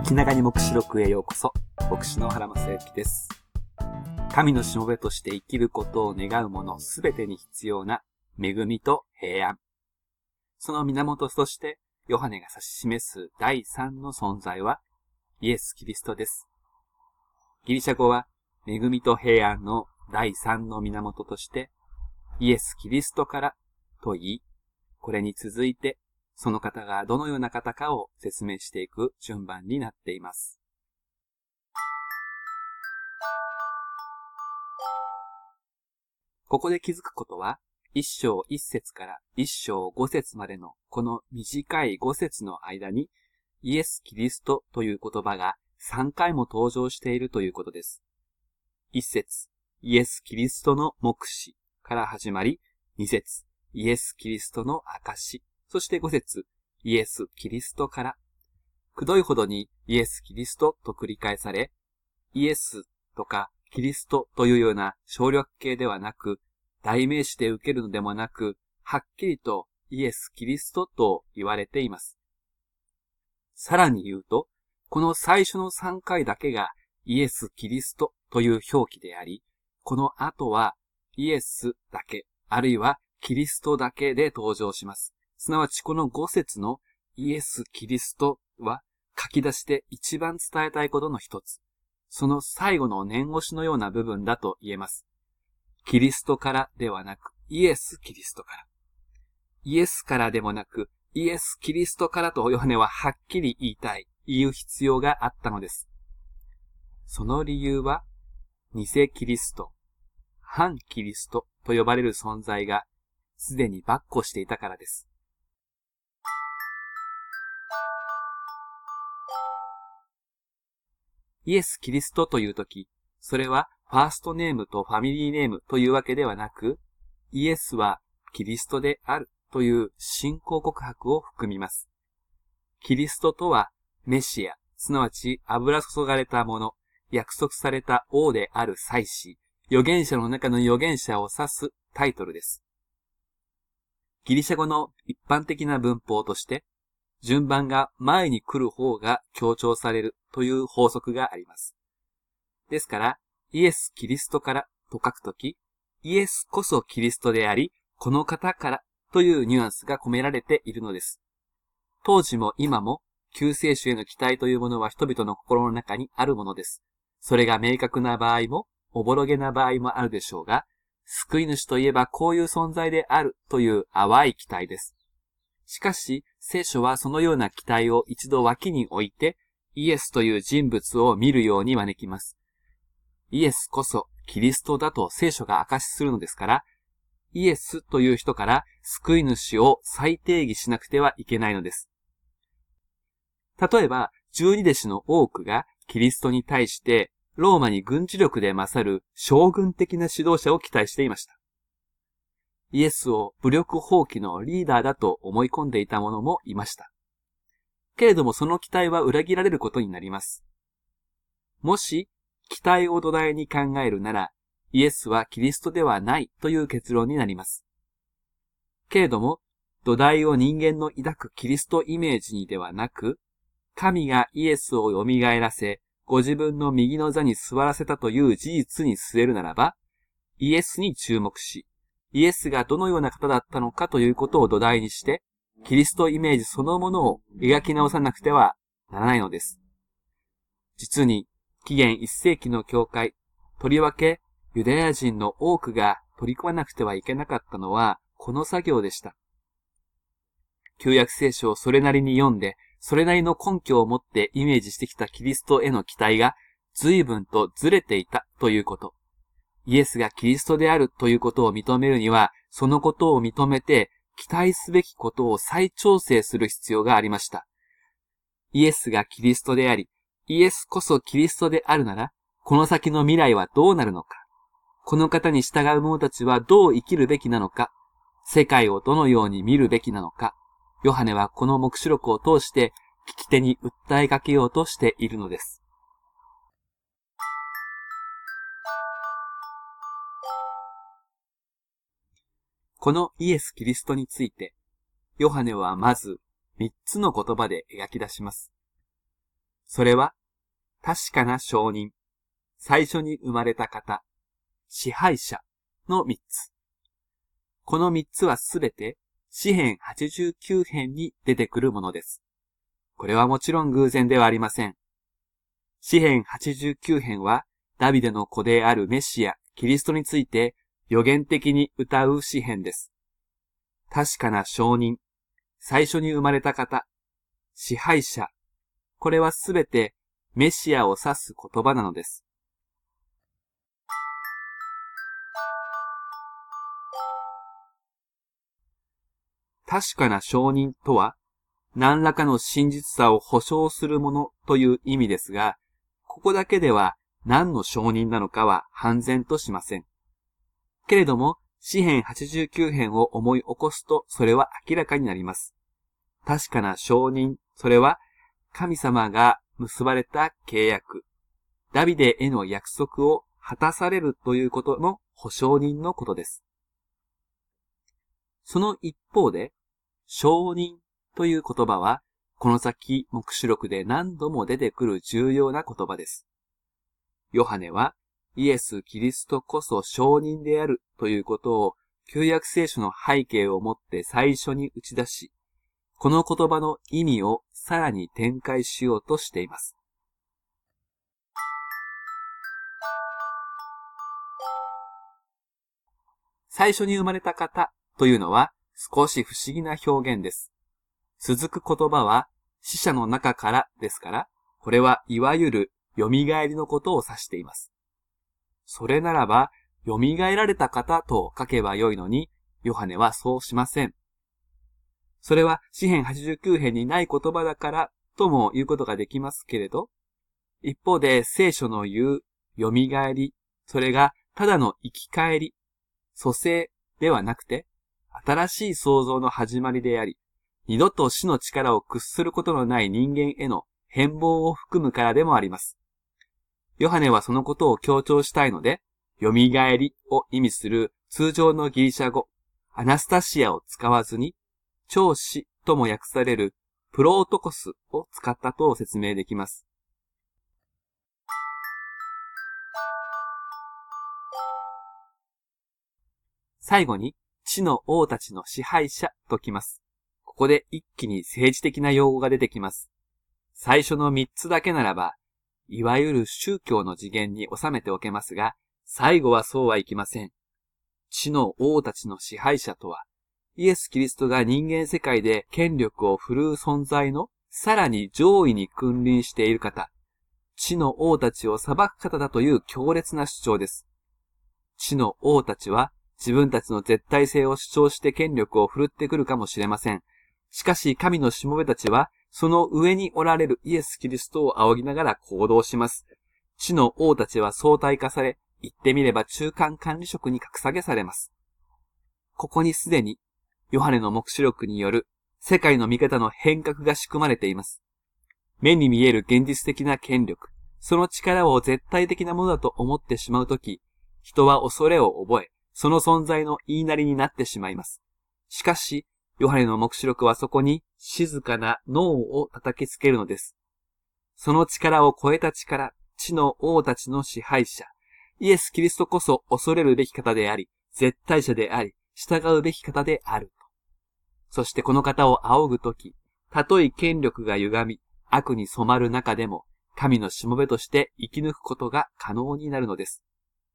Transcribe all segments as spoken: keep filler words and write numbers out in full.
気長に黙示録へようこそ。牧師の原正幸です。神のしもべとして生きることを願う者すべてに必要な恵みと平安。その源としてヨハネが指し示す第三の存在はイエス・キリストです。ギリシャ語は恵みと平安の第三の源としてイエス・キリストからと言い、これに続いてその方がどのような方かを説明していく順番になっています。ここで気づくことは、一章一節から一章五節までのこの短い五節の間に、イエス・キリストという言葉が三回も登場しているということです。一節、イエス・キリストの黙示から始まり、二節、イエス・キリストの証、そして五節、イエス・キリストから、くどいほどにイエス・キリストと繰り返され、イエスとかキリストというような省略形ではなく、代名詞で受けるのでもなく、はっきりとイエス・キリストと言われています。さらに言うと、この最初のさんかいだけがイエス・キリストという表記であり、この後はイエスだけ、あるいはキリストだけで登場します。すなわちこのご節のイエス・キリストは書き出して一番伝えたいことの一つ。その最後の念押しのような部分だと言えます。キリストからではなくイエス・キリストから。イエスからでもなくイエス・キリストからとヨハネははっきり言いたい、言う必要があったのです。その理由は、偽キリスト、反キリストと呼ばれる存在がすでに跋扈していたからです。イエス・キリストというとき、それはファーストネームとファミリーネームというわけではなく、イエスはキリストであるという信仰告白を含みます。キリストとはメシア、すなわち油注がれたもの、約束された王である祭司、預言者の中の預言者を指すタイトルです。ギリシャ語の一般的な文法として、順番が前に来る方が強調されるという法則があります。ですから、イエス・キリストからと書くとき、イエスこそキリストであり、この方からというニュアンスが込められているのです。当時も今も救世主への期待というものは人々の心の中にあるものです。それが明確な場合も、おぼろげな場合もあるでしょうが、救い主といえばこういう存在であるという淡い期待です。しかし、聖書はそのような期待を一度脇に置いて、イエスという人物を見るように招きます。イエスこそキリストだと聖書が証しするのですから、イエスという人から救い主を再定義しなくてはいけないのです。例えば、十二弟子の多くがキリストに対して、ローマに軍事力で勝る将軍的な指導者を期待していました。イエスを武力放棄のリーダーだと思い込んでいた者もいました。けれどもその期待は裏切られることになります。もし、期待を土台に考えるなら、イエスはキリストではないという結論になります。けれども、土台を人間の抱くキリストイメージにではなく、神がイエスを蘇らせ、ご自分の右の座に座らせたという事実に据えるならば、イエスに注目し、イエスがどのような方だったのかということを土台にして、キリストイメージそのものを描き直さなくてはならないのです。実に、紀元いっ世紀の教会、とりわけユダヤ人の多くが取り組まなくてはいけなかったのは、この作業でした。旧約聖書をそれなりに読んで、それなりの根拠を持ってイメージしてきたキリストへの期待が随分とずれていたということ。イエスがキリストであるということを認めるには、そのことを認めて期待すべきことを再調整する必要がありました。イエスがキリストであり、イエスこそキリストであるなら、この先の未来はどうなるのか、この方に従う者たちはどう生きるべきなのか、世界をどのように見るべきなのか、ヨハネはこの黙示録を通して聞き手に訴えかけようとしているのです。このイエス・キリストについて、ヨハネはまず三つの言葉で描き出します。 それは確かな証人、最初に生まれた方、支配者の三つ。この三つはすべて詩編はちじゅうきゅう編に出てくるものです。これはもちろん偶然ではありません。詩編はちじゅうきゅう編はダビデの子であるメシア、キリストについて予言的に歌う詩編です。確かな証人、最初に生まれた方、支配者、これはすべてメシアを指す言葉なのです。確かな証人とは、何らかの真実さを保証するものという意味ですが、ここだけでは何の証人なのかは判然としません。けれども、詩編はちじゅうきゅう編を思い起こすとそれは明らかになります。確かな証人、それは神様が結ばれた契約、ダビデへの約束を果たされるということの保証人のことです。その一方で、証人という言葉は、この先黙示録で何度も出てくる重要な言葉です。ヨハネは、イエス・キリストこそ証人であるということを、旧約聖書の背景をもって最初に打ち出し、この言葉の意味をさらに展開しようとしています。最初に生まれた方というのは少し不思議な表現です。続く言葉は死者の中からですから、これはいわゆる蘇りのことを指しています。それならば、蘇られた方と書けばよいのに、ヨハネはそうしません。それは詩編はちじゅうきゅう編にない言葉だからとも言うことができますけれど、一方で聖書の言う蘇り、それがただの生き返り、蘇生ではなくて、新しい創造の始まりであり、二度と死の力を屈することのない人間への変貌を含むからでもあります。ヨハネはそのことを強調したいので、蘇りを意味する通常のギリシャ語、アナスタシアを使わずに、超死とも訳されるプロートコスを使ったと説明できます。最後に、地の王たちの支配者ときます。ここで一気に政治的な用語が出てきます。最初の三つだけならば、いわゆる宗教の次元に収めておけますが、最後はそうはいきません。地の王たちの支配者とは、イエス・キリストが人間世界で権力を振るう存在のさらに上位に君臨している方、地の王たちを裁く方だという強烈な主張です。地の王たちは自分たちの絶対性を主張して権力を振るってくるかもしれません。しかし神のしもべたちはその上におられるイエス・キリストを仰ぎながら行動します。地の王たちは相対化され、言ってみれば中間管理職に格下げされます。ここにすでにヨハネの黙示録による世界の見方の変革が仕組まれています。目に見える現実的な権力、その力を絶対的なものだと思ってしまうとき、人は恐れを覚え、その存在の言いなりになってしまいます。しかし、ヨハネの黙示録はそこに静かな脳を叩きつけるのです。その力を超えた力、地の王たちの支配者、イエス・キリストこそ恐れるべき方であり、絶対者であり、従うべき方であると。そしてこの方を仰ぐとき、たとえ権力が歪み、悪に染まる中でも、神のしもべとして生き抜くことが可能になるのです。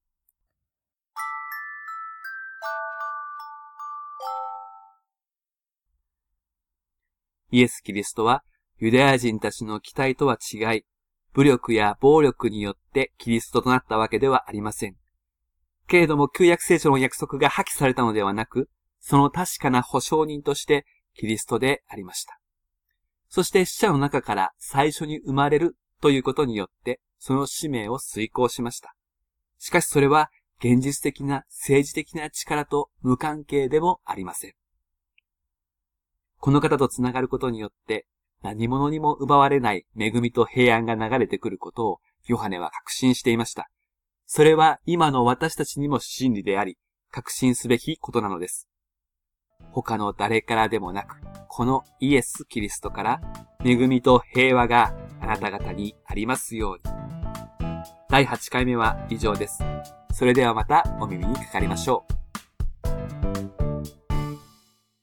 イエス・キリストはユダヤ人たちの期待とは違い、武力や暴力によってキリストとなったわけではありません。けれども旧約聖書の約束が破棄されたのではなく、その確かな保証人としてキリストでありました。そして死者の中から最初に生まれるということによってその使命を遂行しました。しかしそれは現実的な政治的な力と無関係でもありません。この方とつながることによって何者にも奪われない恵みと平安が流れてくることをヨハネは確信していました。それは今の私たちにも真理であり、確信すべきことなのです。他の誰からでもなく、このイエス・キリストから恵みと平和があなた方にありますように。だいはちかいめは以上です。それではまたお耳にかかりましょう。